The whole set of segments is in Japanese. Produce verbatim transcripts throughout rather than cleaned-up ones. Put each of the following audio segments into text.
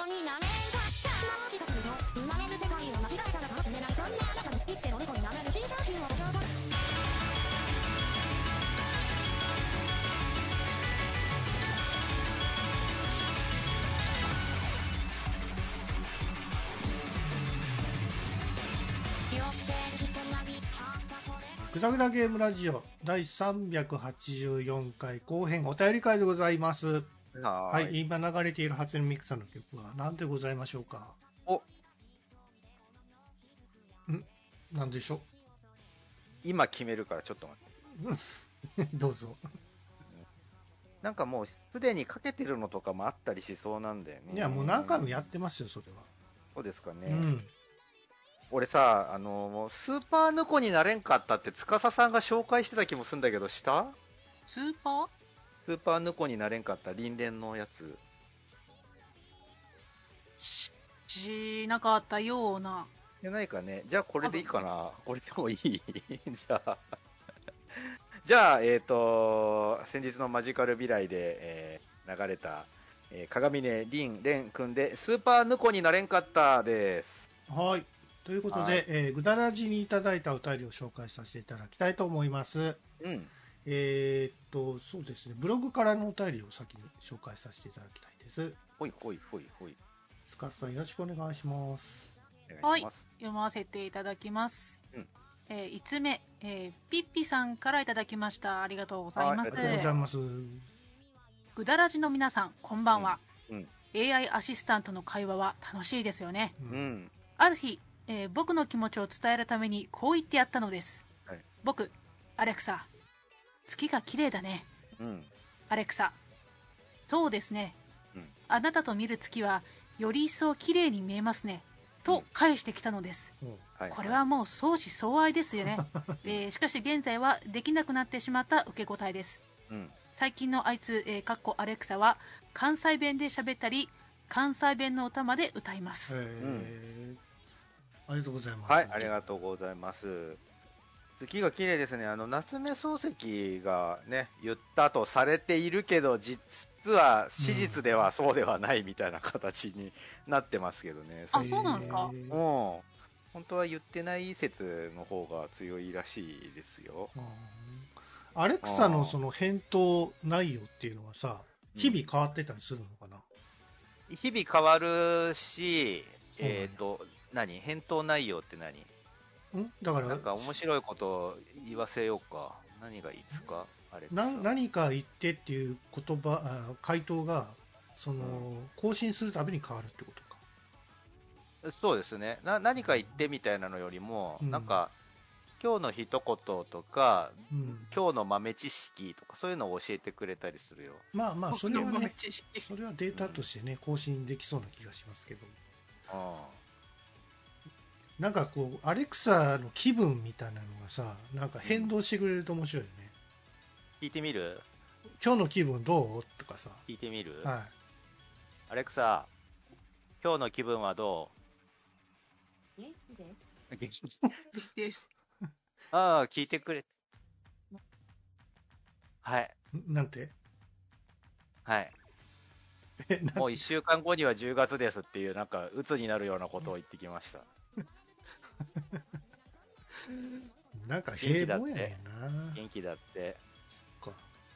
になれんかったもしかすると生まれる世界を間違えたらかもしれないそんなあなたに一世の猫になれる新商品をご紹介ぐだぐだゲームラジオだいさんびゃくはちじゅうよんかい後編お便り会でございます。 ははい、今流れている初音ミクさんの曲は何でございましょうか。 おん何でしょう。 今決めるからちょっと待ってどうぞ。 なんかもうすでにかけてるのとかもあったりしそうなんだよね。 いやもう何回もやってますよそれは。 そうですかね、 うん、 俺さあのもうスーパーヌコになれんかったって司さんが紹介してた気もするんだけど、したスーパースーパーヌコになれんかった輪廻のやつしなかったような。 じゃないかね。じゃあこれでいいかな。これでもいいじゃあじゃあえっ、ー、と先日のマジカル未来で、えー、流れた、えー、鏡音凛蓮くんでスーパーヌコになれんかったです。 はい、ということで、はい、えー、ぐだらじにいただいたお便りを紹介させていただきたいと思います。 うん。 えー、っとそうですね、ブログからのお便りを先に紹介させていただきたいです。 ほいほいほいほい。 スカスさんよろしくお願いします。 はい、読ませていただきます。うん、えー、いつつめ、えー、ピッピさんからいただきました。ありがとうございます。 ありがとうございます。 ぐだらじの皆さんこんばんは。 うんうん、 エーアイ アシスタントの会話は楽しいですよね。 うん、 ある日、えー、僕の気持ちを伝えるためにこう言ってやったのです。はい、僕、アレクサ、月が綺麗だね。 うん、 アレクサ、そうですね、うん、あなたと見る月はより一層綺麗に見えますねと返してきたのです、うんはい、これはもう相思相愛ですよね、えー、しかし現在はできなくなってしまった受け答えです、うん、最近のあいつ、えー、かっこアレクサは関西弁で喋ったり関西弁の歌まで歌います。 へー、うん、ありがとうございます。 はい、ありがとうございます。月が綺麗ですね。あの夏目漱石がね言ったとされているけど実は史実ではそうではないみたいな形になってますけどね、 うん、あ、そうなんですか。うん、 本当は言ってない説の方が強いらしいですよ。 アレクサのその返答内容っていうのはさ、日々変わってたりするのかな。 うん、日々変わるし、えっと何返答内容って何？ んだからなんか面白いことを言わせようか。何がいいですか？あれな何か言ってっていう言葉、あ回答がその、うん、更新するたびに変わるってことか。 そうですね。な何か言ってみたいなのよりも、うん、なんか今日の一言とか、うん、今日の豆知識とかそういうのを教えてくれたりするよ。 まあまあそれはね、それはデータとしてね、うん、更新できそうな気がしますけど。ああ。なんかこうアレクサの気分みたいなのがさ、なんか変動してくれると面白いよね。 聞いてみる？ 今日の気分どうとかさ。 聞いてみる？ はい。 アレクサ、今日の気分はどう？元気です。 元気です。 ああ、聞いてくれ。はい。 なんて？ はい。もういっしゅうかんごにはじゅうがつですっていうなんか鬱になるようなことを言ってきました。 なんか平凡やねんな。 元気だって。 そっ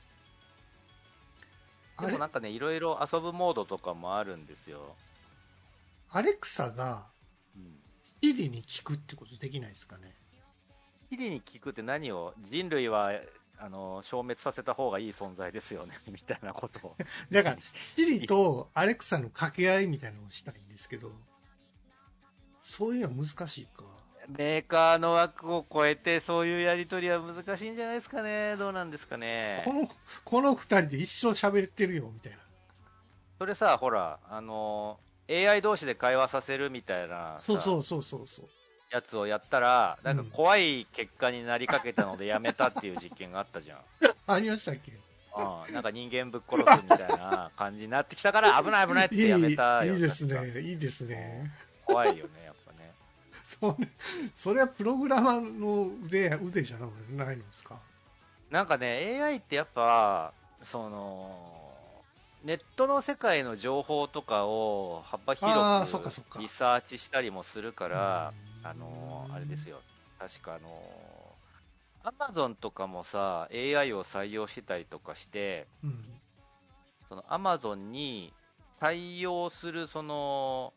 か。でもなんかね、いろいろ遊ぶモードとかもあるんですよ。 アレクサがシリに聞くってことできないですかね。 シリに聞くって何を？人類はあの消滅させた方がいい存在ですよねみたいなことを。 だからシリとアレクサの掛け合いみたいなのをしたいんですけど。そういうのは難しいか。 メーカーの枠を超えてそういうやり取りは難しいんじゃないですかね。どうなんですかね。 このこのふたりで一生喋ってるよみたいな。 それさ、ほらあの エーアイ 同士で会話させるみたいなそうそうそうそうそうやつをやったらなんか怖い結果になりかけたのでやめたっていう実験があったじゃん。 ありましたっけ？ うん、なんか人間ぶっ殺すみたいな感じになってきたから危ない危ないってやめたよ。 いい、いいですね、いいですね。 怖いよねやっぱね。 それそれはプログラマーの腕腕じゃないのですか。 なんかね エーアイ ってやっぱそのネットの世界の情報とかを幅あーそっ広かそっかくリサーチしたりもするからあのあれですよ、確かあのアマゾンとかもさ エーアイ を採用してたりとかして、 うん、 そのアマゾンに採用するその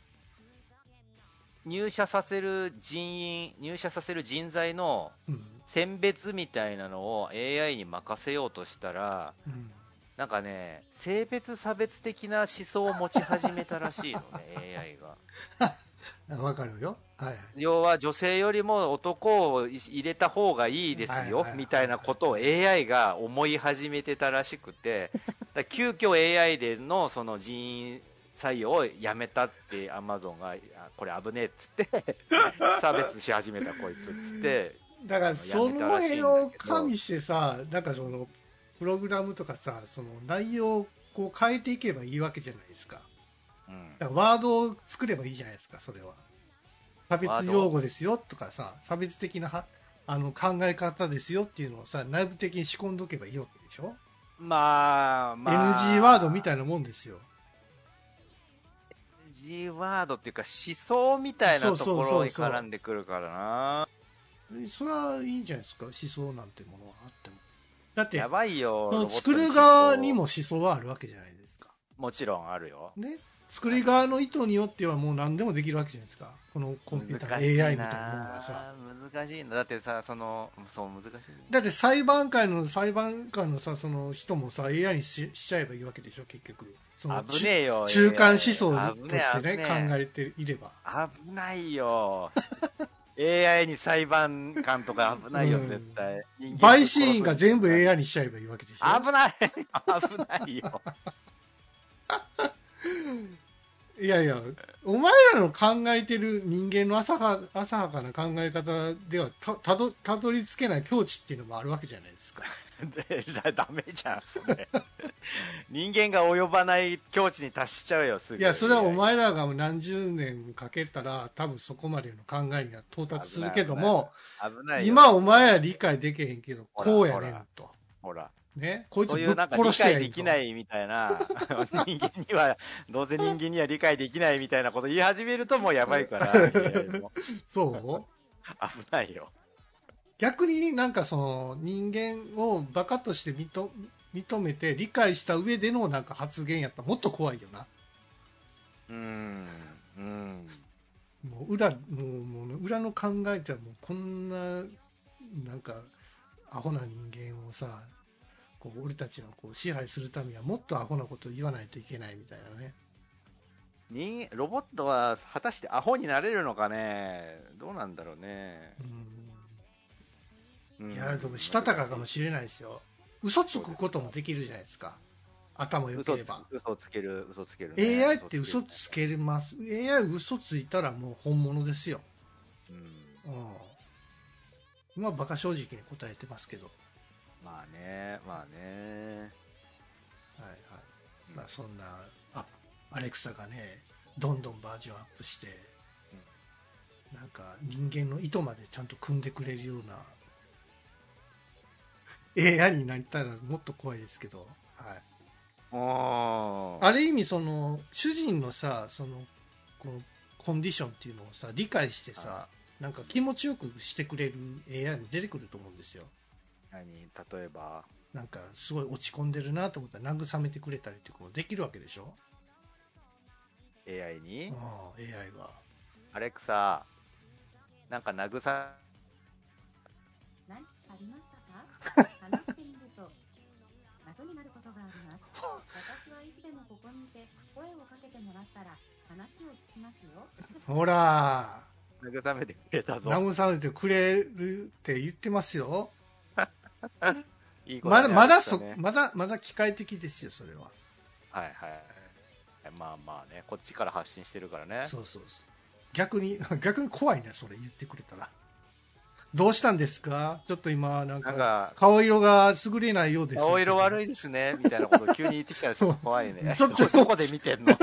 入社させる人員入社させる人材の選別みたいなのを エーアイ に任せようとしたら、うん、なんかね性別差別的な思想を持ち始めたらしいのねエーアイ が。 わかるよ、はい、 要は女性よりも男を入れた方がいいですよ、はいはいはい、みたいなことを エーアイ が思い始めてたらしくて、だ急遽 エーアイ でのその人員採用をやめたってアマゾンがこれ危ねえっつって差別し始めたこいつっつってだからその辺を加味してさ、なんかそのプログラムとかさその内容をこう変えていけばいいわけじゃないですか。うん、だからワードを作ればいいじゃないですか。それは差別用語ですよとかさ、差別的なはあの考え方ですよっていうのをさ内部的に仕込んどけばいいわけでしょ。 まあまあ エヌジー ワードみたいなもんですよ。 エヌジー ワードっていうか思想みたいなところに絡んでくるからな。 それはいいんじゃないですか、思想なんてものがあっても。だってやばいよ、 その作る側にも思想はあるわけじゃないですか。 もちろんあるよ、 ね、作り側の意図によってはもう何でもできるわけじゃないですか、このコンピューター エーアイ みたいなものがさ。 難しいんだ。だってさ、そのそう難しい。 だって裁判官の裁判官のさその人もさ エーアイ に し, しちゃえばいいわけでしょ結局。その危ねえよ、 中間思想としてね考えていれば危ないよエーアイ に裁判官とか危ないよ、うん、絶対。 陪審員が全部 エーアイ にしちゃえばいいわけでしょ。 危ない危ないよいやいや、お前らの考えてる人間の浅は浅はかな考え方ではたたどたどり着けない境地っていうのもあるわけじゃないですか。 でだダメじゃんそれ人間が及ばない境地に達しちゃうよすぐ。 いやそれはお前らが何十年かけたら多分そこまでの考えには到達するけども、 危ない今お前ら理解できへんけどこうやねんと。 ほらね、こいつぶっ殺してやると。理解できないみたいな人間にはどうせ人間には理解できないみたいなこと言い始めるともうやばいからそう危ないよ。 逆になんかその人間をバカとして認認めて理解した上でのなんか発言やったらもっと怖いよな。 うーんうんもう裏もうもう裏の考えじゃもうこんななんかアホな人間をさこう俺たちはこう支配するためにはもっとアホなことを言わないといけないみたいなね。 人ロボットは果たしてアホになれるのかね。どうなんだろうね。 うん、いやでもしたたかかもしれないですよ。嘘つくこともできるじゃないですか。頭良ければ。 嘘つける嘘つける、 ね、エーアイ って嘘つけます。エーアイ 嘘ついたらもう本物ですよ。うん。うん。今バカ正直に答えてますけど。 まあねまあねはいはい、まあそんなあアレクサがねどんどんバージョンアップして、うん、なんか人間の意図までちゃんと組んでくれるような エーアイ になったらもっと怖いですけど、はい、あある意味その主人のさそのこのコンディションっていうのをさ理解してさなんか気持ちよくしてくれる エーアイ も出てくると思うんですよ。 何例えばなんかすごい落ち込んでるなと思ったら慰めてくれたりってことできるわけでしょエーアイ に。 ああ エーアイ はアレクサなんか慰め何ありましたか話していると楽になることがあります私はいつでもここにいて声をかけてもらったら話を聞きますよほら慰めてくれたぞ。 慰めてくれるって言ってますよいいことね、 まだまだそまだまだ機械的ですよそれは。 はいはいまあまあねこっちから発信してるからね。 そうそうそう逆に逆に怖いねそれ言ってくれたら。どうしたんですかちょっと今なんか顔色が優れないようです。 顔色悪いですねみたいなことを急に言ってきたらちょっと怖いね。どこで見てんの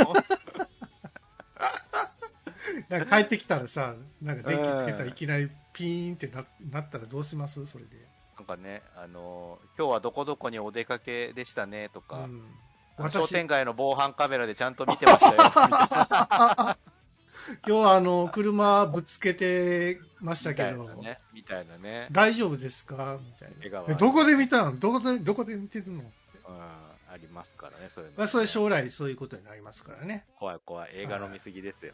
なんか帰ってきたらさなんか電気つけたらいきなりピーンって な, なったらどうしますそれで。 なんかね、あのー、今日はどこどこにお出かけでしたねとか、うん、 商店街の防犯カメラでちゃんと見てましたよ。 今日はあの車ぶつけてましたけど、 ね、みたいなね。 大丈夫ですかみたいな。え、どこで見たの？どこでどこで見てるの？うん、 ありますからね、そういうの、ね。 まあ、それ将来そういうことになりますからね。 怖い怖い、映画の見過ぎですよ。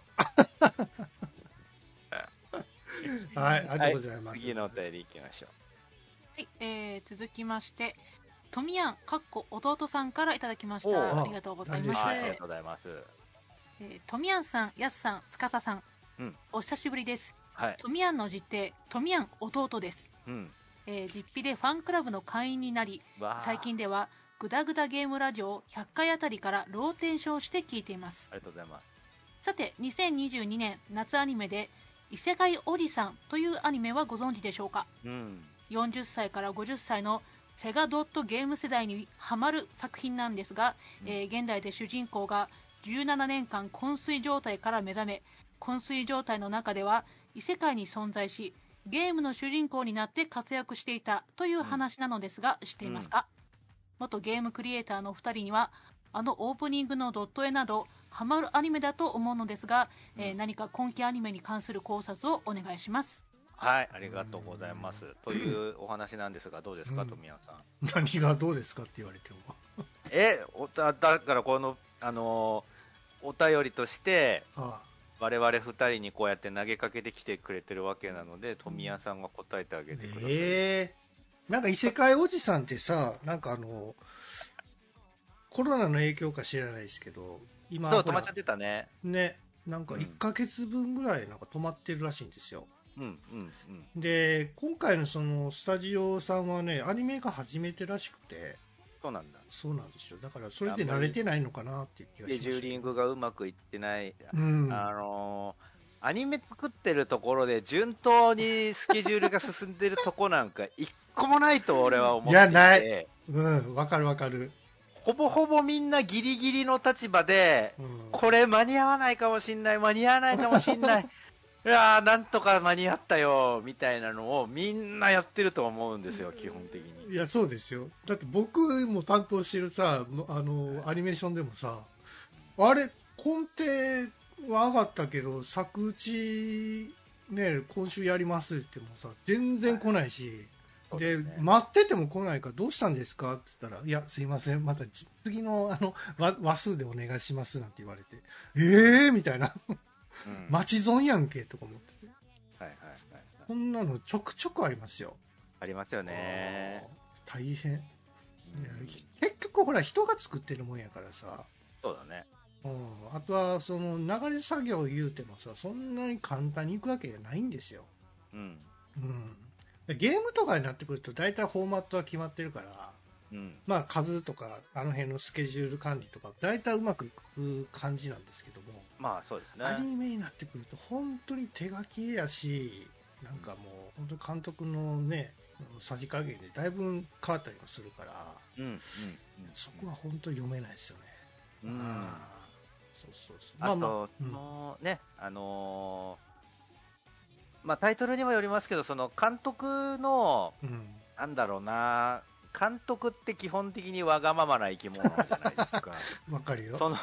はい、ありがとうございます。 はい、次のお便りいきましょう。 はい、えー、続きまして、トミヤンかっこ弟さんからいただきました。ありがとうございます。 はい、ありがとうございます。 えー、トミヤンさん、ヤスさん、つかささん、うん、お久しぶりです。はい、トミヤンの実弟、トミヤン弟です。うん、えー、実費でファンクラブの会員になり、最近ではグダグダゲームラジオをひゃっかいあたりからローテーションして聞いています。 ありがとうございます。 さて、にせんにじゅうにねん夏アニメで異世界おじさんというアニメはご存知でしょうか？うん、よんじゅっさいからごじゅっさいのセガドットゲーム世代にハマる作品なんですが、うん、えー、現代で主人公がじゅうななねんかん昏睡状態から目覚め、昏睡状態の中では異世界に存在し、ゲームの主人公になって活躍していたという話なのですが、知っていますか？うん、元ゲームクリエイターのふたりにはあのオープニングのドット絵などハマるアニメだと思うのですが、うん、えー、何か今期アニメに関する考察をお願いします。 はい、ありがとうございます。というお話なんですが、どうですか、富山さん。 何がどうですかって言われても。 え、おただからこのあのー、お便りとして、ああ、我々ふたりにこうやって投げかけてきてくれてるわけなので、富谷さんが答えてあげてください。 えー、なんか異世界おじさんってさ、なんかあのコロナの影響か知らないですけど、 今そう止まっちゃってたね。 ね、なんかいっかげつぶんぐらいなんか止まってるらしいんですよ。 うんうんうん、 で今回のそのスタジオさんはね、アニメが初めてらしくて。 そうなんだ。 そうなんですよ。だからそれで慣れてないのかなっていう気がします。 スケジューリングがうまくいってない、うん、あのー、アニメ作ってるところで順当にスケジュールが進んでるとこなんか一個もないと俺は思っていて。いやない。 うん、わかるわかる。 ほぼほぼみんなギリギリの立場で、うん、これ間に合わないかもしんない、間に合わないかもしんない。いやーなんとか間に合ったよみたいなのをみんなやってると思うんですよ、基本的に。 いやそうですよ。だって僕も担当してるさ、あのアニメーションでもさ、あれ根底は上がったけど作打ちね今週やりますって言ってもさ全然来ないし、はい、で, で、ね、待ってても来ないからどうしたんですかって言ったら、いやすいませんまた次のあの話数でお願いしますなんて言われて、ええー、みたいな。うん、待ち損やんけとか思ってて、はいはいはいはい、こんなのちょくちょくありますよ。 ありますよね。 大変、うん、結局ほら人が作ってるもんやからさ。 そうだね、 うん、あとはその流れ作業言うてもさそんなに簡単にいくわけじゃないんですよ、うんうん、ゲームとかになってくると大体フォーマットは決まってるから、うん、まあ数とかあの辺のスケジュール管理とか大体うまくいく感じなんですけども、 まあそうですね、 アニメになってくると本当に手書きやし、なんかもう本当に監督のねさじ加減でだいぶ変わったりもするから、うんうんうん、そこは本当に読めないですよね。うん、あそうそうそう。あと、まあまあ、うん、のねあのー、まあタイトルにもよりますけど、その監督の、うん、なんだろうな。監督って基本的にわがままな生き物じゃないですか。 わかるよ。 その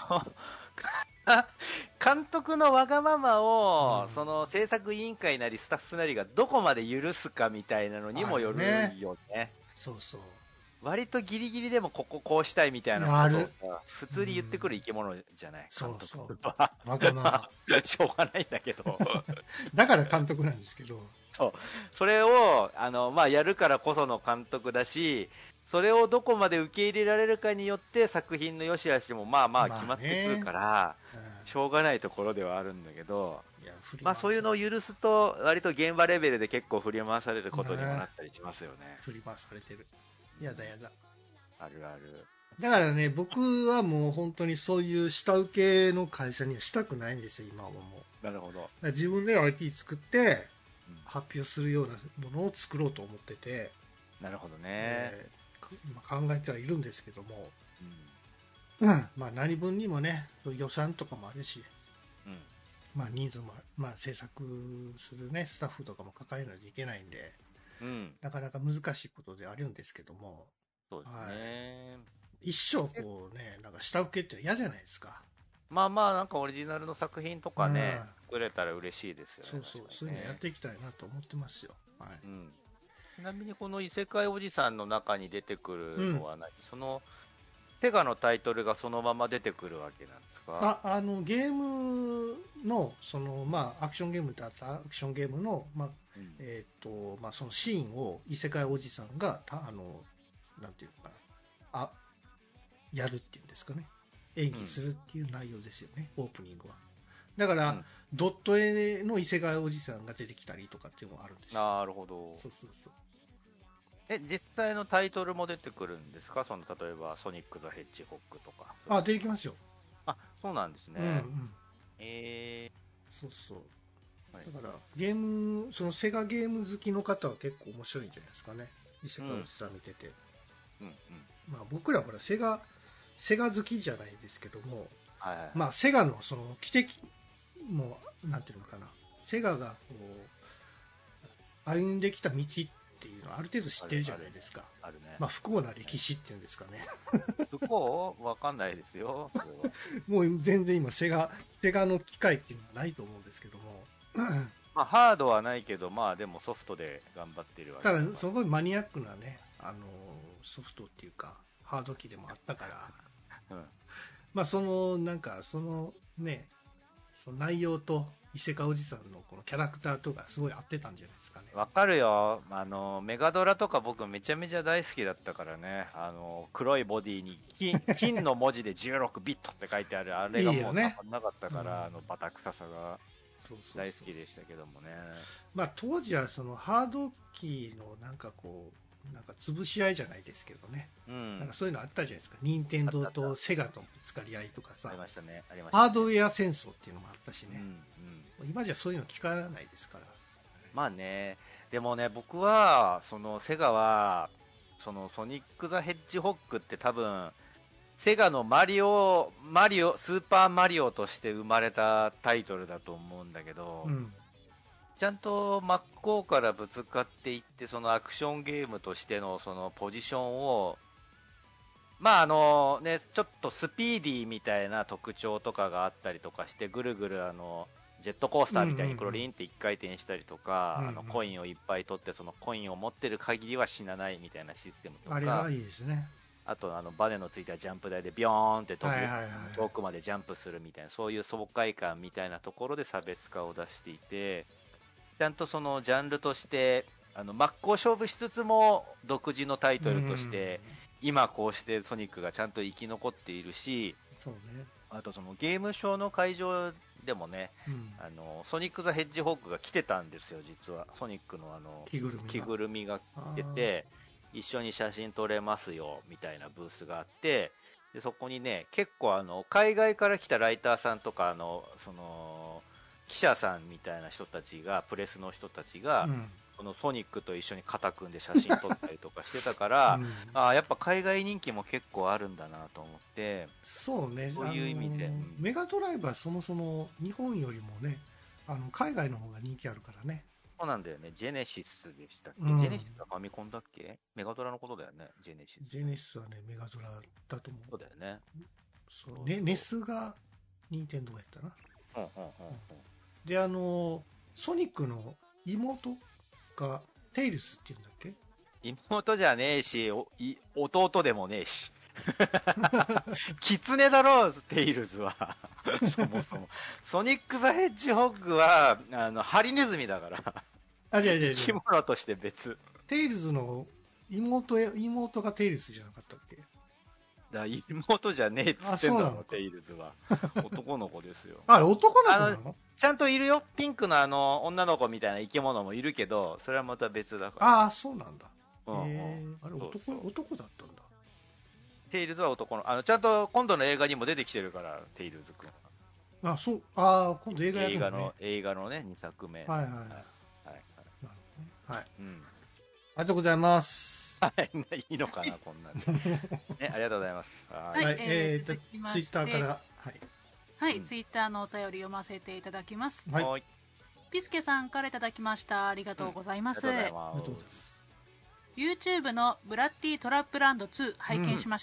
監督のわがままを、うん、その制作委員会なりスタッフなりがどこまで許すかみたいなのにもよるよね。ね、 そうそう。 割とギリギリでもこここうしたいみたいなことを普通に言ってくる生き物じゃない。うん、監督そうそう。わがまま。 しょうがないんだけど。 だから監督なんですけど。 そう。それを、あの、まあ、やるからこその監督だし、それをどこまで受け入れられるかによって作品の良し悪しもまあまあ決まってくるから、まあね、うん、しょうがないところではあるんだけど、いやまあそういうのを許すと割と現場レベルで結構振り回されることにもなったりしますよね。ね、 振り回されてる。やだやだ。 あるある。 だからね、僕はもう本当にそういう下請けの会社にはしたくないんですよ、今はもう。 なるほど。 自分で アイピー 作って発表するようなものを作ろうと思ってて。 なるほどね。 えー今考えてはいるんですけども、うんうん、まあ何分にもね予算とかもあるし、うん、まあ人数も、まあ、制作するねスタッフとかも抱えないといけないんで、うん、なかなか難しいことであるんですけども、 そうですね、はい、 一生こうね、なんか下請けって嫌じゃないですか。 まあまあ、なんかオリジナルの作品とかね、作れたら嬉しいですよね。 そうそう、ね、そういうのやっていきたいなと思ってますよ。はい。 うん、ちなみにこの異世界おじさんの中に出てくるのは何、うん、そのセガのタイトルがそのまま出てくるわけなんですか？ ああのゲームのその、まあ、アクションゲームだったらアクションゲームの、まあうんえーとまあ、そのシーンを異世界おじさんがたあのなんていうのかなあやるっていうんですかね、演技するっていう内容ですよね、うん、オープニングは。だから、うん、ドット絵の異世界おじさんが出てきたりとかっていうのがあるんですよ。 なるほど。 そうそうそう。 え、実際のタイトルも出てくるんですか？その例えばソニック・ザ・ヘッジホッグとか。 あ、出てきますよ。 あ、そうなんですね。うんうん、えー、そうそう。だからゲーム、そのセガゲーム好きの方は結構面白いんじゃないですかね。異世界おじさん見てて。うんうんうん、まあ僕らほらセガセガ好きじゃないですけども、はいはいはい、まあセガのその汽笛もなんていうのかな、セガがこう歩んできた道っていうのはある程度知ってるじゃないですか。あるね。まあ不幸な歴史っていうんですかね。 不幸わかんないですよ。 もう全然今セガセガの機械っていうのはないと思うんですけども。 まあハードはないけど、まあでもソフトで頑張ってるわけだからすごいマニアックなね、あのソフトっていうかハード機でもあったから、うん、まあそのなんかそのね、その内容と異世界おじさんのこのキャラクターとかすごい合ってたんじゃないですかね。 わかるよ。あのメガドラとか僕めちゃめちゃ大好きだったからね。あの黒いボディに 金, 金の文字でじゅうろくビットって書いてあるあれがもうたまんなかったから、いいよね、あのバタ臭さが大好きでしたけどもね。 まあ当時はそのハード機のなんかこうなんか潰し合いじゃないですけどね、うん、なんかそういうのあったじゃないですか。任天堂とセガとぶつかり合いとかさ、 ありましたね、ありましたね。 ハードウェア戦争っていうのもあったしね、うんうん、今じゃそういうの聞かないですから。 まあね、でもね、僕はそのセガはそのソニック・ザ・ヘッジホッグって多分セガのマリオマリオスーパーマリオとして生まれたタイトルだと思うんだけど、うん、ちゃんと真っ向からぶつかっていって、そのアクションゲームとしてのそのポジションを、まああのね、ちょっとスピーディーみたいな特徴とかがあったりとかして、ぐるぐるあのジェットコースターみたいにクロリンって一回転したりとか、うんうんうん、あのコインをいっぱい取ってそのコインを持ってる限りは死なないみたいなシステムとか、 あれはいいですね。 あとあのバネのついたジャンプ台でビョーンって飛ぶ、はいはいはい、遠くまでジャンプするみたいな、そういう爽快感みたいなところで差別化を出していて、ちゃんとそのジャンルとしてあの真っ向勝負しつつも独自のタイトルとして今こうしてソニックがちゃんと生き残っているし、 そうね、 あとそのゲームショーの会場でもね、うん、あのソニック・ザ・ヘッジホッグが来てたんですよ。実はソニックのあの着ぐるみが、 着ぐるみが来てて、一緒に写真撮れますよみたいなブースがあって、でそこにね結構あの海外から来たライターさんとかあのその記者さんみたいな人たちが、プレスの人たちが、うん、このソニックと一緒に肩組んで写真撮ったりとかしてたから、うん、あやっぱ海外人気も結構あるんだなと思って。 そうね、 そういう意味で、 あのー、メガドライブはそもそも日本よりもね、あの海外の方が人気あるからね。 そうなんだよね。ジェネシスでしたっけ、うん、ジェネシスはファミコンだっけ、メガドラのことだよね、ジェネシス。 ジェネシスはね、メガドラだと思う。 そうだよね。 そう、ね、ネスが任天堂やったな。 うんうんうんうん。 で、あの、ソニックの妹がテイルスっていうんだっけ？ 妹じゃねえし、おい弟でもねえし。キツネだろう、テイルズは。そもそも。ソニック・ザ・ヘッジホッグは、あの、ハリネズミだから。 あ、いやいやいや。 生き物として別。 テイルズの妹や、妹がテイルズじゃなかったっけ？ だ妹じゃねえっつってんだろ、テイルズは。男の子ですよ。 あ、男の子なの？ ちゃんといるよ。ピンクのあの、女の子みたいな生き物もいるけど、それはまた別だから。 ああ、そうなんだ。へえ。あれ男、そうそう、男だったんだ。 テイルズは男の、あの、ちゃんと今度の映画にも出てきてるから、テイルズくん。 あ、そう、ああ、今度映画やるのね。映画の、映画のね、にさくめ。 はいはいはい。はい。はい、 なるほどね。 はい。うん。ありがとうございます。 はい、いいのかな、こんなんで。ね、ありがとうございます。 はい、はい、えー、と、ツイッターから、はい。 はい、うん、ツイッターのお便り読ませていただきます。 はい。 ピスケさんからいただきました。ありがとうございます。うん、ありがとうございます。YouTube のブラッディトラップランドツー拝見しました。 うん、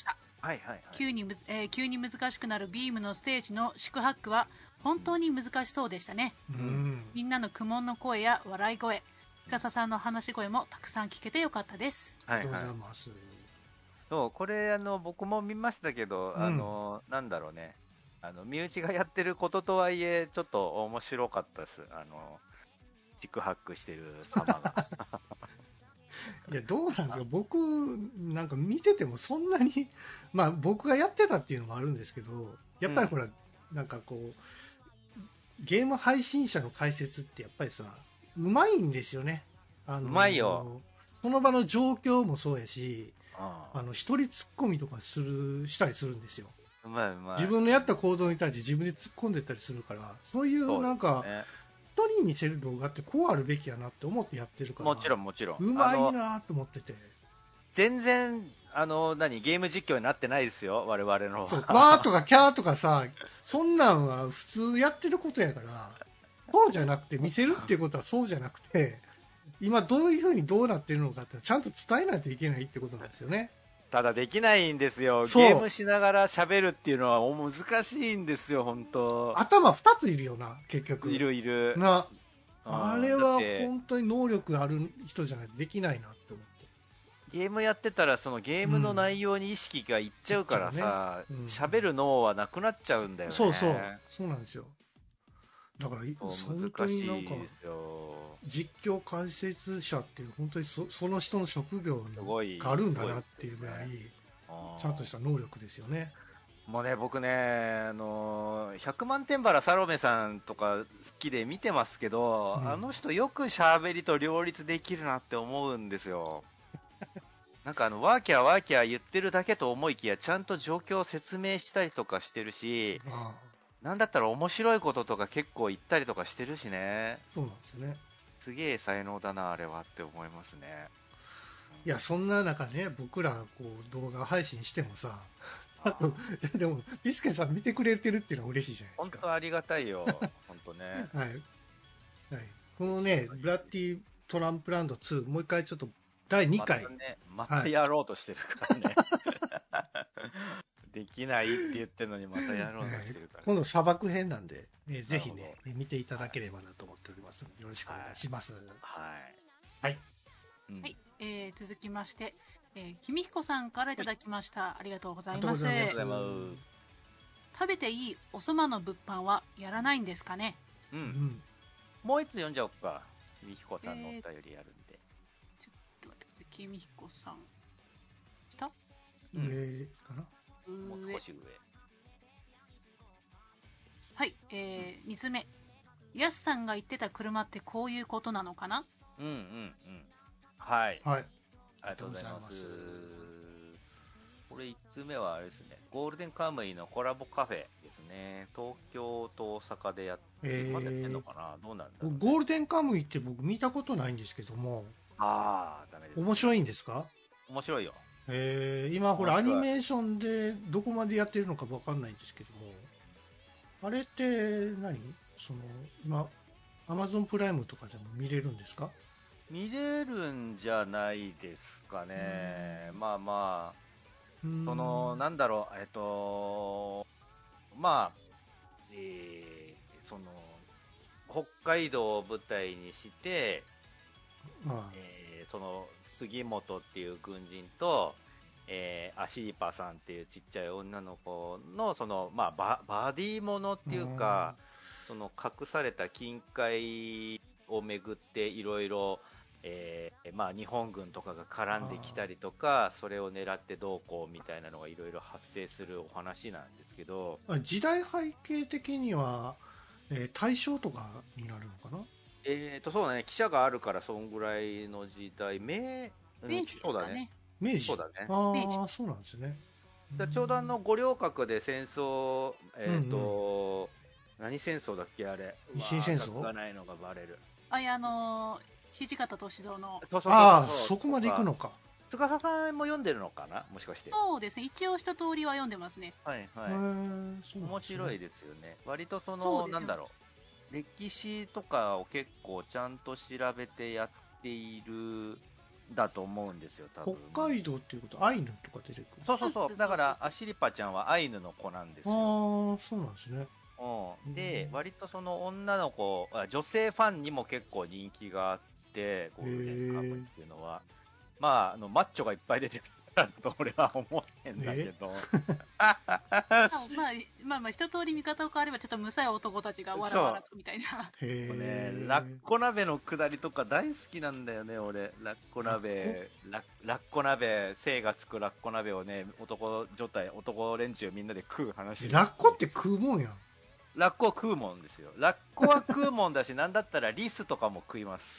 はいはいはい、 急にむ、えー、急に難しくなるビームのステージの四苦八苦は本当に難しそうでしたね、 うん、 みんなの苦悶の声や笑い声、司さんの話し声もたくさん聞けてよかったです。 ありがとうございます。 そうこれあの僕も見ましたけど、うん、あのなんだろうね、あの身内がやってることとはいえちょっと面白かったです。あの四苦八苦してる様がいやどうなんですか、僕なんか見ててもそんなにまあ僕がやってたっていうのもあるんですけど、やっぱりほら、うん、なんかこうゲーム配信者の解説ってやっぱりさうまいんですよね。あのうまいよ。 その場の状況もそうやし、ああの一人ツッコミとかするしたりするんですよ。 うまいうまい。 自分のやった行動に対して自分で突っ込んでったりするから、そういうなんか人に見せる動画ってこうあるべきやなって思ってやってるから、 もちろんもちろんうまいなと思ってて、 全然あの何ゲーム実況になってないですよ我々の。 そうわーとかキャーとかさ、そんなんは普通やってることやから、そうじゃなくて見せるっていうことはそうじゃなくて、今どういうふうにどうなってるのかってちゃんと伝えないといけないってことなんですよね。 ただできないんですよ。ゲームしながら喋るっていうのは難しいんですよ本当。 頭ふたついるよな結局。 いるいるな。あれは本当に能力ある人じゃないとできないなって思って。 ゲームやってたらそのゲームの内容に意識がいっちゃうからさ、喋、うんねうん、る脳はなくなっちゃうんだよね。 そうそうそうなんですよ。だから本当になんか実況解説者っていう本当に そ, その人の職業に変わるんだなっていうぐらいちゃんとした能力ですよね。 もうね僕ね、あのー、ひゃくまん点原サロメさんとか好きで見てますけど、うん、あの人よく喋りと両立できるなって思うんですよ。なんかあのワーキャーワーキャー言ってるだけと思いきやちゃんと状況を説明したりとかしてるし、ああなんだったら面白いこととか結構言ったりとかしてるしね。 そうなんですね。 すげえ才能だなあれはって思いますね。 いやそんな中ね僕らこう動画配信してもさあとでもビスケさん見てくれてるっていうのは嬉しいじゃないですか。 本当ありがたいよ本当ね。 はい、はい、このねブラッディトランプランドツーもう一回ちょっとだいにかいまたねまたやろうとしてるからね、はい、できないって言ってるのにまたやろうとしてるから、ね、 今度砂漠編なんで、ね、ぜひね見ていただければなと思っておりますのでよろしくお願いします。 はいはい、 うん、はい、えー、続きましてえー、きみひこさんからいただきました、はい、ありがとうございます。ありがとうございます。食べていいおそばの物販はやらないんですかね。 うん、うん、もう一つ読んじゃおうか。きみひこさんのお便りやるんで、えー、ちょっと待ってください。きみひこさん下、 うん、上かな、 もう少し上。 はい、えー、につめ、やすさんが言ってた車ってこういうことなのかな。 うんうんうんはい、 はい、 ありがとうございます。これいつつめはあれですね、ゴールデンカムイのコラボカフェですね。東京と大阪でやって、えー、まだやってんのかな、どうなんだろう、ね、 ゴールデンカムイって僕見たことないんですけども、 ああダメです、ね、 面白いんですか。 面白いよ。 えー、今ほらアニメーションでどこまでやってるのか分かんないんですけども、あれって何、その今アマゾンプライムとかでも見れるんですか。 見れるんじゃないですかね。まあまあ、そのなんだろう、えっとまあ、えー、その北海道を舞台にして、ああえー、その杉本っていう軍人と、えー、アシリパさんっていうちっちゃい女の子のその、まあ、バ, バディものっていうか、その隠された金塊をめぐっていろいろえーまあ、日本軍とかが絡んできたりとか、それを狙ってどうこうみたいなのがいろいろ発生するお話なんですけど、 時代背景的には、えー、大正とかになるのかな。 えーとそうね、記者があるからそんぐらいの時代、明明治ですかね。 明治、 そうだね。 ああそうなんですね。 だちょうどあの五稜郭で戦争、えーと、うんうん、何戦争だっけあれ、 維新戦争がないのがバレる。 あいやあのー土方歳三の、 そうそうそうそう、 ああそこまで行くのか。 司さんも読んでるのかな、もしかして。 そうですね、一応一通りは読んでますね。 はいはい、面白いですよね。割とそのなんだろう、歴史とかを結構ちゃんと調べてやっているだと思うんですよ、多分。 北海道っていうこと、アイヌとか出てくる。 そうそうそう。だから、アシリパちゃんはアイヌの子なんですよ。 ああ、そうなんですね。 うん。で、割とその女の子、女性ファンにも結構人気があって、ゴールデンカムイっていうのは。まあ、あの、マッチョがいっぱい出てるからと俺は思ってんだけど。 まあ、まあまあ、一通り見方を変われば、ちょっとむさい男たちがわらわらとみたいな。 へえ。ね、ラッコ鍋のくだりとか大好きなんだよね、俺。ラッコ鍋、ラッラッコ鍋、精がつくラッコ鍋をね、男女体、男連中みんなで食う話。 ラッコって食うもんやん。 ラッコは食うもんですよ。ラッコは食うもんだし、なんだったらリスとかも食います。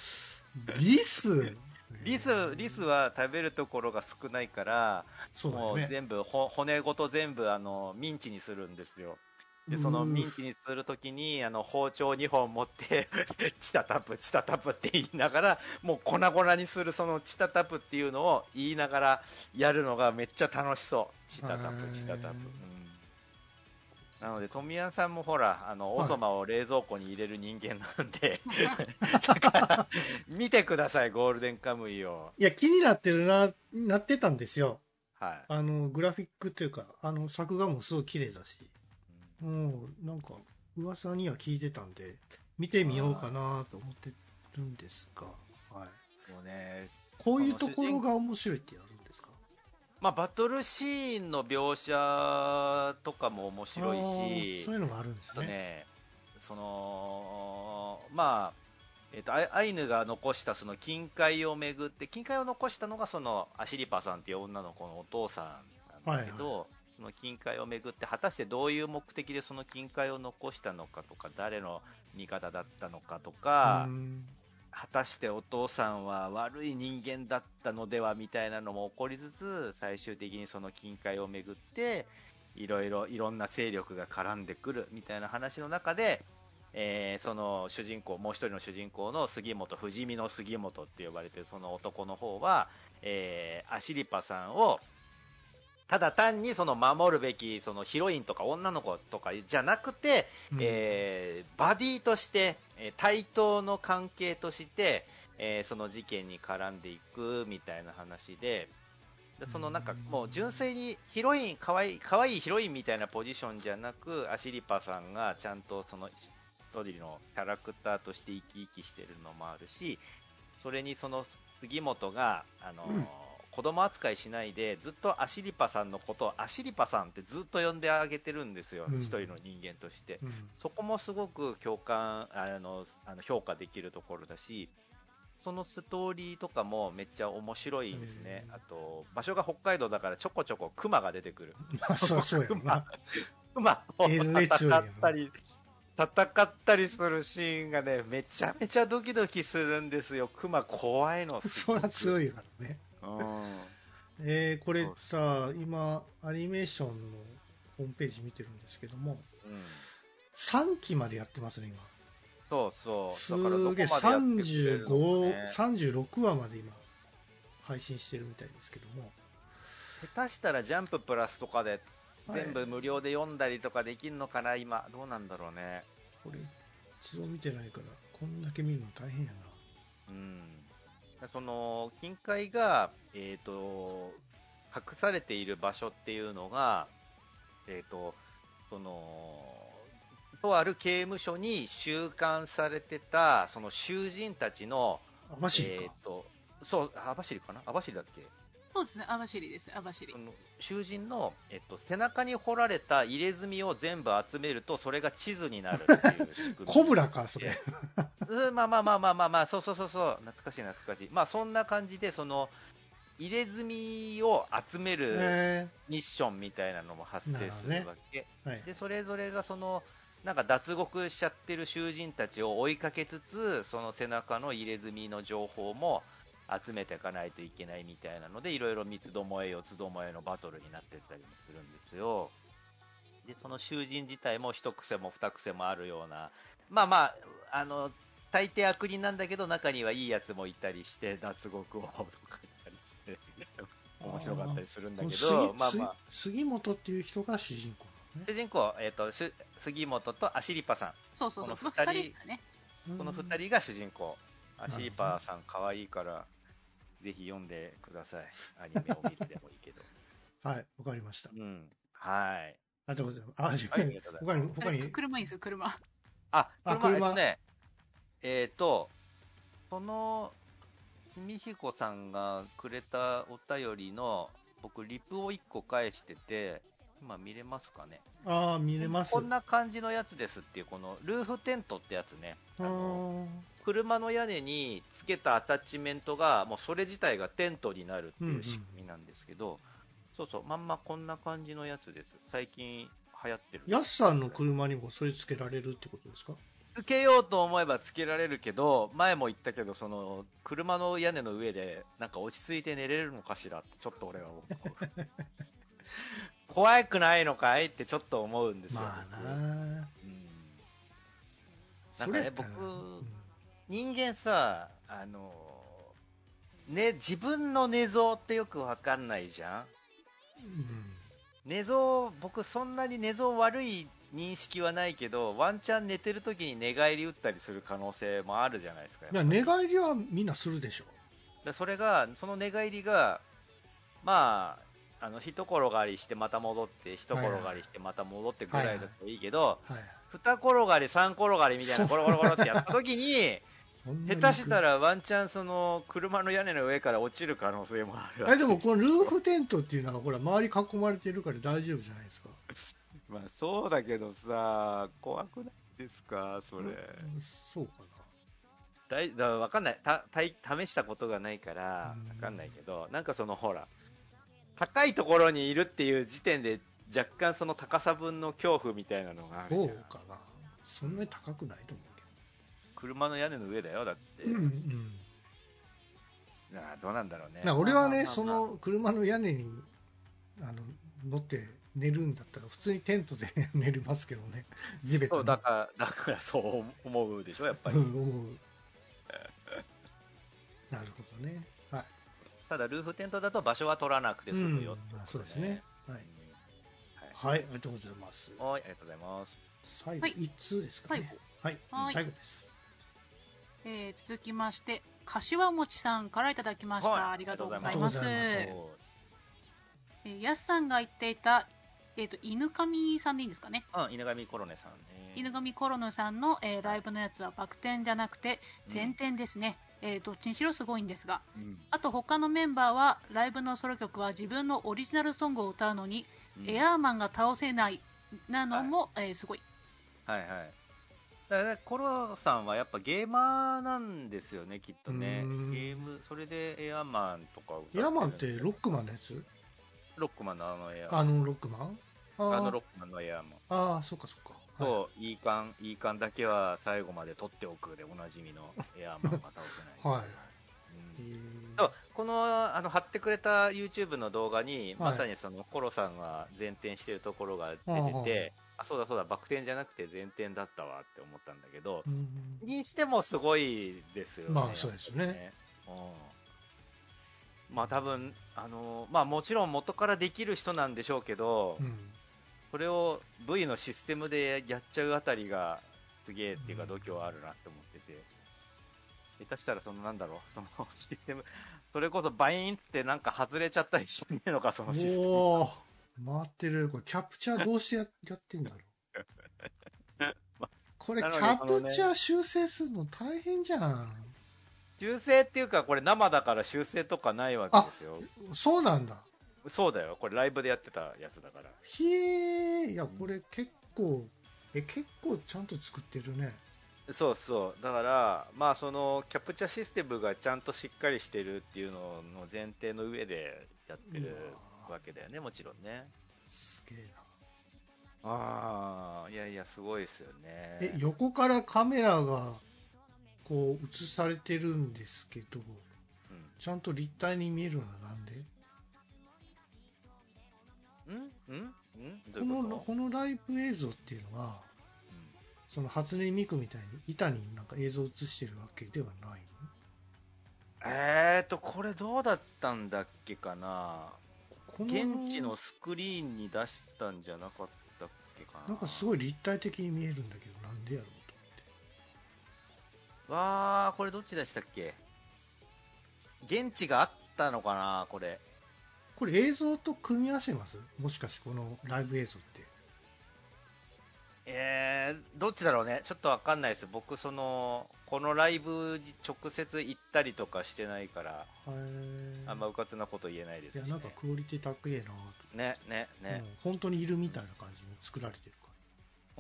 リスリス、リスは食べるところが少ないから、 そうだね、 もう全部、骨ごと全部、あの、ミンチにするんですよ。で、そのミンチにするときに、あの、包丁にほん持って、チタタプ、チタタプって言いながら、もう粉々にするそのチタタプっていうのを言いながらやるのがめっちゃ楽しそう。チタタプ、チタタプ。なので、富谷さんもほら、あの、おそばを冷蔵庫に入れる人間なんで、だから、見てください、ゴールデンカムイを。 いや、気になってるな、なってたんですよ。 はい。 あの、グラフィックっていうか、あの、作画もすごい綺麗だし、うん、もう、なんか、噂には聞いてたんで、見てみようかなと思ってるんですが、はい。 もうね、 こういうところが面白いってやるんですか？ まあ、バトルシーンの描写とかも面白いし、 そういうのがあるんですね。 ね、そのまあ、えっと、アイヌが残したその金塊をめぐって、金塊を残したのがそのアシリパさんっていう女の子のお父さんなんだけど、はいはい、その金塊をめぐって果たしてどういう目的でその金塊を残したのかとか、誰の味方だったのかとか、果たしてお父さんは悪い人間だったのではみたいなのも起こりつつ、最終的にその金塊をめぐっていろいろいろんな勢力が絡んでくるみたいな話の中で、えー、その主人公、もう一人の主人公の杉本、不死身の杉本って呼ばれているその男の方は、えー、アシリパさんをただ単にその守るべきそのヒロインとか女の子とかじゃなくて、うん、えー、バディとして対等の関係として、えー、その事件に絡んでいくみたいな話で、でそのなんかもう純粋にヒロインかわいいかわいいヒロインみたいなポジションじゃなく、アシリパさんがちゃんとその一人のキャラクターとして生き生きしてるのもあるし、それにその杉本があのーうん子供扱いしないでずっとアシリパさんのことをアシリパさんってずっと呼んであげてるんですよ、うん、一人の人間として、うん、そこもすごく共感あのあの評価できるところだし、そのストーリーとかもめっちゃ面白いですね。あと場所が北海道だからちょこちょこクマが出てくる。 そうそうやな。 クマを戦ったり戦ったりするシーンがねめちゃめちゃドキドキするんですよ。クマ怖いの。 そりゃ強いからね。えー、これさ、今アニメーションのホームページ見てるんですけども、うん、さんきまでやってますね今。 そうそうすげえ、さんじゅうご、さんじゅうろくわまで今配信してるみたいですけども、 下手したらジャンププラスとかで全部無料で読んだりとかできるのかな、はい、今どうなんだろうね。 これ一度見てないからこんだけ見るの大変やな。 うん、その金塊が、えーと、隠されている場所っていうのが、えーと、そのとある刑務所に収監されてたその囚人たちの網走か、えーと、そう網走かな、網走だっけ。 そうですね、網走です、網走。 囚人の、えっと、背中に彫られた入れ墨を全部集めるとそれが地図になるっていう仕組みコブラかそれうん、まあまあまあまあまあまあ、そうそうそうそう、懐かしい懐かしい。まあそんな感じで、その入れ墨を集めるミッションみたいなのも発生するわけ、ね、はい、でそれぞれがそのなんか脱獄しちゃってる囚人たちを追いかけつつ、その背中の入れ墨の情報も集めていかないといけないみたいなので、いろいろ三つどもえ四つどもえのバトルになっていったりもするんですよ。でその囚人自体も一癖も二癖もあるような、まあまああの大抵悪人なんだけど中にはいいやつもいたりして脱獄をとかったりして面白かったりするんだけど、まあまあ杉本っていう人が主人公なのね。 主人公、えーと、杉本とアシリパさん、 そうそうそう、 この二人、まあ、ね、この二人が主人公。アシリパさん可愛いからぜひ読んでください。アニメを見るでもいいけど。 はい、わかりました。 うん。はい。 ありがとうございます。あ、じゃあ、他に、他に。 車いいですよ、車。 あ、車、えっとね、えっと、その、君彦さんがくれたお便りの、僕、リプをいっこ返してて、今見れますかね。 ああ、見れます。 こんな感じのやつですっていう、このルーフテントってやつね。あの車の屋根につけたアタッチメントが、もうそれ自体がテントになるっていう仕組みなんですけど、うんうん、そうそう、まんまこんな感じのやつです。最近流行ってる。 ヤスさんの車にもそれつけられるってことですか？ つけようと思えばつけられるけど、前も言ったけど、その車の屋根の上でなんか落ち着いて寝れるのかしらってちょっと俺は思う怖くないのかいってちょっと思うんですよ。 まあな、うん、 なんかね、僕、うん、人間さ、あのね、自分の寝相ってよくわかんないじゃん、うん、寝相、僕そんなに寝相悪い認識はないけど、ワンチャン寝てる時に寝返り打ったりする可能性もあるじゃないですか。 いや、寝返りはみんなするでしょ。 でそれが、その寝返りが、まあ、あの一転がりしてまた戻って一転がりしてまた戻ってぐらいだといいけど、二転がり三転がりみたいなゴロゴロゴロってやった時に下手したらワンチャンその車の屋根の上から落ちる可能性もある。 えでもこのルーフテントっていうのはほら周り囲まれてるから大丈夫じゃないですか。 まあそうだけどさ、怖くないですかそれ。 そうかな。 だいだ分かんない、たた試したことがないから分かんないけど、なんかそのほら高いところにいるっていう時点で若干その高さ分の恐怖みたいなのがあるじゃん。 そうかな。そんなに高くないと思うけど。 車の屋根の上だよだって。うんうん。なあどうなんだろうね。 俺はね、その車の屋根にあの乗って寝るんだったら普通にテントで寝れますけどね。地べたに。 そうだからだからそう思うでしょやっぱり。うん、思う。 なるほどね。はい。 ただルーフテントだと場所は取らなくて済むよ、ね、 うん、そうですね。はい、はい、はい、ありがとうございます。 はい、ありがとうございます。 最後いつつですかね。はい、はい、最後です。 えー、続きまして柏餅さんからいただきました、はい、ありがとうございます。えー、やすさんが言っていた、えーと、犬神さんでいいんですかね。 うん、犬神コロネさんね。 犬神コロネさんの、えー、ライブのやつはバク転じゃなくて前転ですね。うん、えー、どっちにしろすごいんですが、うん、あと他のメンバーはライブのソロ曲は自分のオリジナルソングを歌うのに、うん、エアーマンが倒せないなのも、はい、えー、すごい。 はいはい。だから、ね、コロさんはやっぱゲーマーなんですよねきっとね。ゲームそれでエアーマンとか歌ってる。 エアーマンってロックマンのやつ？ ロックマンのあのエアーマン。 あのロックマン？ あ, あのロックマンのエアーマン。 ああ、そっかそっか。 と、いい感、いい感だけは最後まで取っておくでおなじみのエアーマンが倒せない。はい。うん、とこのあの貼ってくれた YouTube の動画に、はい、まさにそのコロさんが前転してるところが出てて、あ、そうだそうだ、バク転じゃなくて前転だったわって思ったんだけど、うん、にしてもすごいですよね。 まあそうですね。 うん、まあ多分あのまあもちろん元からできる人なんでしょうけど。うん、それを V のシステムでやっちゃうあたりがすげえっていうか度胸あるなって思ってて、下手したらそのなんだろう、そのシステムそれこそバイーンってなんか外れちゃったりしねえのかそのシステム。おー回ってる。これキャプチャーどうしてややってんだろうこれキャプチャー修正するの大変じゃん。 修正っていうかこれ生だから修正とかないわけですよ。 そうなんだ。 そうだよ、これライブでやってたやつだから。 へえ、いやこれ結構え結構ちゃんと作ってるね。 そうそう、だからまあそのキャプチャーシステムがちゃんとしっかりしてるっていうのの前提の上でやってるわけだよね、もちろんね。 すげえな。ああ、いやいやすごいですよね。 え、横からカメラがこう映されてるんですけど、うん、ちゃんと立体に見えるのはなんで？ んんんこのこのライブ映像っていうのは、うん、その初音ミクみたいに板になんか映像を映してるわけではないの？えーとこれどうだったんだっけかな。現地のスクリーンに出したんじゃなかったっけかな。 なんかすごい立体的に見えるんだけどなんでやろうと思って。 わーこれどっちでしたっけ。 現地があったのかな、これ。 これ映像と組み合わせます？もしかしてこのライブ映像って。 えー、どっちだろうね。ちょっとわかんないです。僕、その、このライブに直接行ったりとかしてないから、あんまうかつなこと言えないですし、ね。 いや、なんかクオリティ高えなと。 ね、ね、ね、 うん。本当にいるみたいな感じに作られてるから。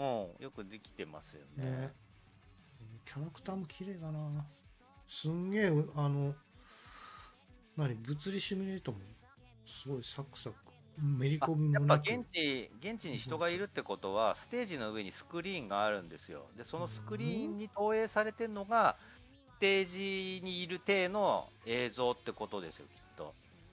うん、よくできてますよね。ね、 キャラクターも綺麗だな。すんげえ、あの、何、物理シミュレートもすごいサクサク。めり込みもなく。 やっぱ現地、現地に人がいるってことは、ステージの上にスクリーンがあるんですよ。で、そのスクリーンに投影されてるのが、ステージにいる体の映像ってことですよ、きっと。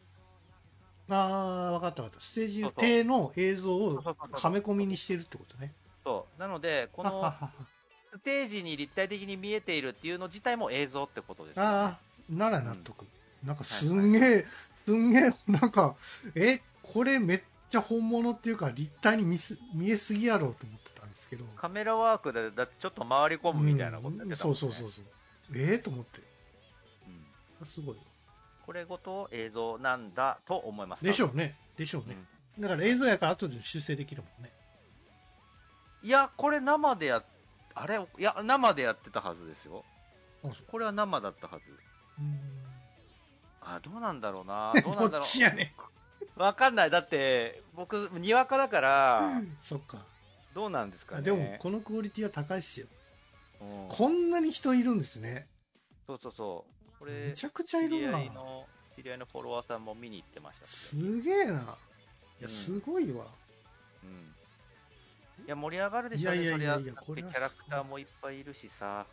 ああ、分かった分かった。ステージの体の映像をはめ込みにしてるってことね。 そう。なので、この、ステージに立体的に見えているっていうの自体も映像ってことですよね。 ああ、なら納得。うん、なんかすんげえ、はいはい、すんげえ、なんか、え、これめっちゃ本物っていうか立体に 見, す見えすぎやろうと思ってたんですけど、 カメラワークでだちょっと回り込むみたいなことやってたもんね、うん、 そうそうそうそう、ええー、と思って、うん、すごい。 これごと映像なんだと思います。 でしょうね、でしょうね、うん、だから映像やから後で修正できるもんね。 いや、これ生でやあれいや生でやってたはずですよ。 あ、そう、 これは生だったはず。うん、あ、どうなんだろうな、どうなんだろう。 どっちやねわかんない。だって僕にわかだからそっか、 どうなんですかね。 でもこのクオリティは高いっすよ、うん、こんなに人いるんですね。 そうそうそう、これめちゃくちゃいるな。 知り合いの知り合いのフォロワーさんも見に行ってました。 すげえな。いや、すごいわ、 うん、うん、いや盛り上がるでしょうね。そりゃキャラクターもいっぱいいるしさ。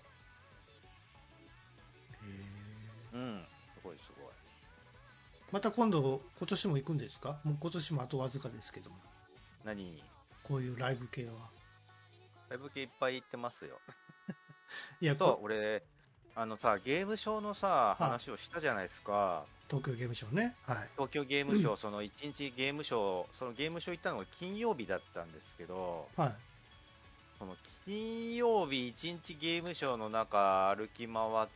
へえ、うん、すごいすごい。 また今度、今年も行くんですか？もう今年もあとわずかですけども。 何？ こういうライブ系は。 ライブ系いっぱい行ってますよ。いや、そう、俺、あのさ、ゲームショーのさ、話をしたじゃないですか。 東京ゲームショーね。はい。 東京ゲームショー、そのいちにちゲームショー、そのゲームショー行ったのが金曜日だったんですけど、 はい。 その金曜日いちにちゲームショーの中歩き回って、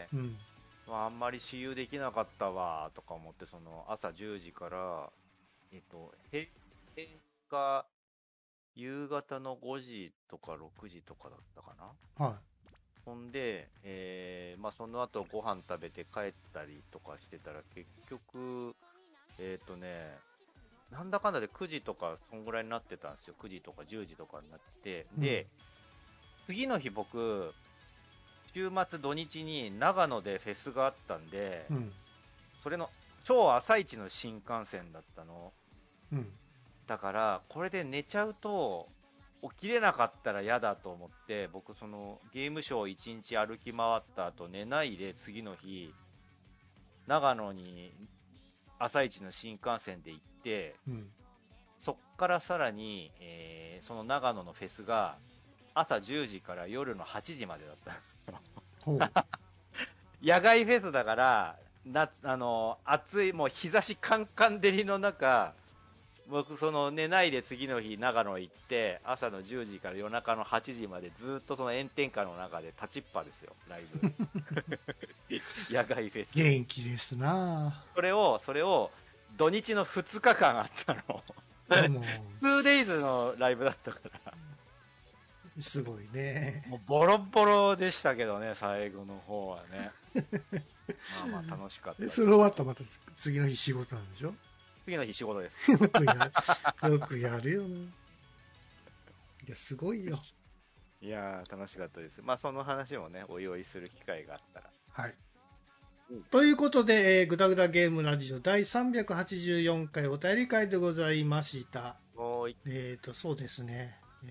うん、まあ、あんまり私有できなかったわとか思って、その朝じゅうじから、えっと、閉店が夕方のごじとかろくじとかだったかな。 はい。 ほんで、えー、まあその後ご飯食べて帰ったりとかしてたら、結局、えっとね、なんだかんだでくじとかそんぐらいになってたんですよ。くじとかじゅうじとかになって、うん、で、次の日僕、週末土日に長野でフェスがあったんで、うん、それの超朝一の新幹線だったの、うん、だからこれで寝ちゃうと起きれなかったら嫌だと思って、僕そのゲームショーいちにち歩き回った後寝ないで次の日長野に朝一の新幹線で行って、うん、そっからさらに、えー、その長野のフェスが朝じゅうじから夜のはちじまでだったんですよ野外フェスだから夏、あの暑い、もう日差しカンカン照りの中、僕その寝ないで次の日長野行って朝のじゅうじから夜中のはちじまでずっとその炎天下の中で立ちっぱですよ、ライブ野外フェス。 元気ですな。 それをそれを土日のふつかかんあったのツーデイズのライブだったからすごいね。 もうボロボロでしたけどね、最後の方はねまあまあ楽しかった。 それ終わったらまた次の日仕事なんでしょ？ 次の日仕事ですよくやるよくやるよな。いやすごいよ。 いや楽しかったです。まあその話もねおいおいする機会があったら。 はい、うん、ということで、えー、グダグダゲームラジオだいさんびゃくはちじゅうよんかいお便り会でございました。 おい。 えっ、ー、とそうですね、え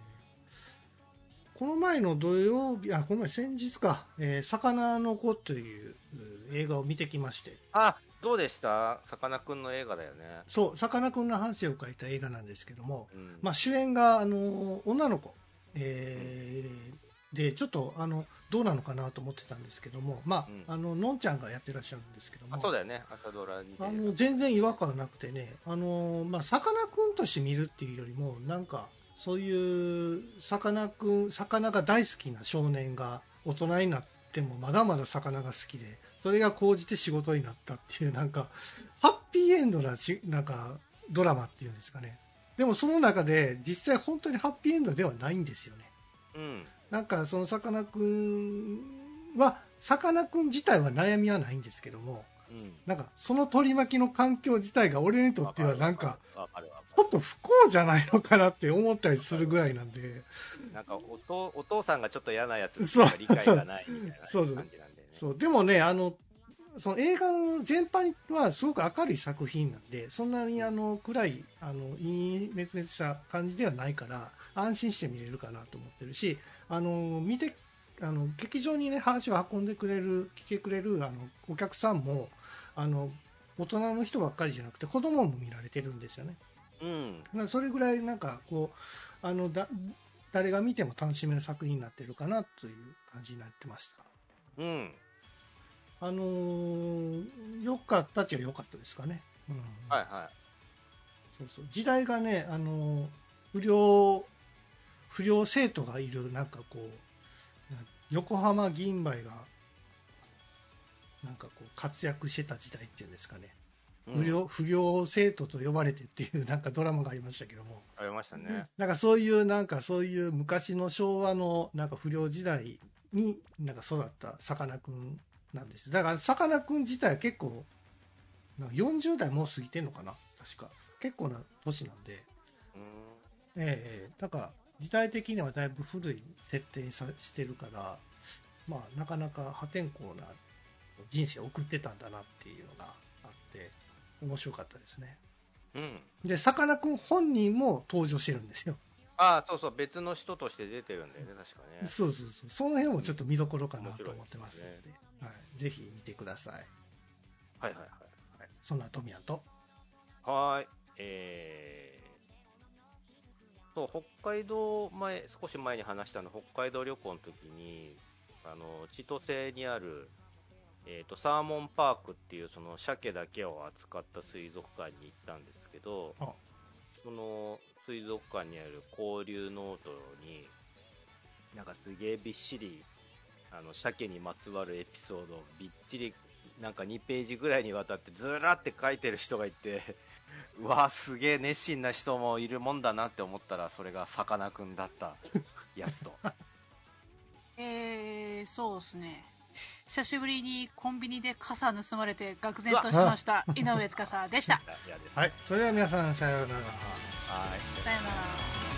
ー、この前の土曜日、あこの前先日か、えー、魚の子という映画を見てきまして。 あ、どうでした？さかなクンの映画だよね。 そう、さかなクンの半生を書いた映画なんですけども、うん、まあ、主演があの女の子、えー、でちょっとあのどうなのかなと思ってたんですけども、まあ、うん、あののんちゃんがやってらっしゃるんですけども、 あそうだよね、朝ドラにあの全然違和感なくてね、あのまあさかなクンとして見るっていうよりもなんかそういうさかなクン、魚が大好きな少年が大人になってもまだまだ魚が好きでそれが高じて仕事になったっていう、なんかハッピーエンドなしなんかドラマっていうんですかね。でもその中で実際本当にハッピーエンドではないんですよね。 うん、 なんかそのさかなクンはさかなクン自体は悩みはないんですけども、うん、なんかその取り巻きの環境自体が俺にとってはなんかちょっと不幸じゃないのかなって思ったりするぐらいなんで、 なんかおとお父さんがちょっと嫌なやつとか理解がないみたいな感じなんでね。 そうでもね、あのその映画の全般はすごく明るい作品なんで、そんなにあの暗いあの陰滅滅した感じではないから安心して見れるかなと思ってるし、あの見てあの劇場にね話を運んでくれる来てくれるあのお客さんもあの大人の人ばっかりじゃなくて子供も見られてるんですよね。 うん、 だからそれぐらいなんかこうあのだ誰が見ても楽しめる作品になってるかなという感じになってました。 うん、 あのー、良かったっちゃ良かったですかね。うん、 はいはい。 そうそう、時代がね、あのー、不良不良生徒がいるなんかこう横浜銀杯がなんかこう活躍してた時代っていうんですかね。不良、不良生徒と呼ばれてっていうなんかドラマがありましたけども、 ありましたね。 なんかそういうなんかそういう昔の昭和のなんか不良時代になんか育ったさかなクンなんです。だからさかなクン自体は結構なんかよんじゅう代もう過ぎてんのかな、確か結構な年なんで、うん、ええー、なんか時代的にはだいぶ古い設定にさしてるから、まあなかなか破天荒な人生を送ってたんだなっていうのがあって面白かったですね。 うん、 でさかなクン本人も登場してるんですよ。 ああ、そうそう、別の人として出てるんだよね、確かね。 そうそうそう、その辺もちょっと見どころかなと思ってますので、うん、ね、はい、ぜひ見てください。 はいはいはい、はい、 そんなトミヤンとはい、えー、そう北海道前少し前に話したの北海道旅行の時にあの千歳にあるえーと、サーモンパークっていうその鮭だけを扱った水族館に行ったんですけど、 あその水族館にある交流ノートになんかすげえびっしりあの鮭にまつわるエピソードをびっちりなんかにページぐらいにわたってずらって書いてる人がいてうわすげえ熱心な人もいるもんだなって思ったらそれがさかなクンだったやつとえー、そうですね、久しぶりにコンビニで傘盗まれて愕然としました井上司でした。 はい、それでは皆さんさようなら。はい、 さようなら。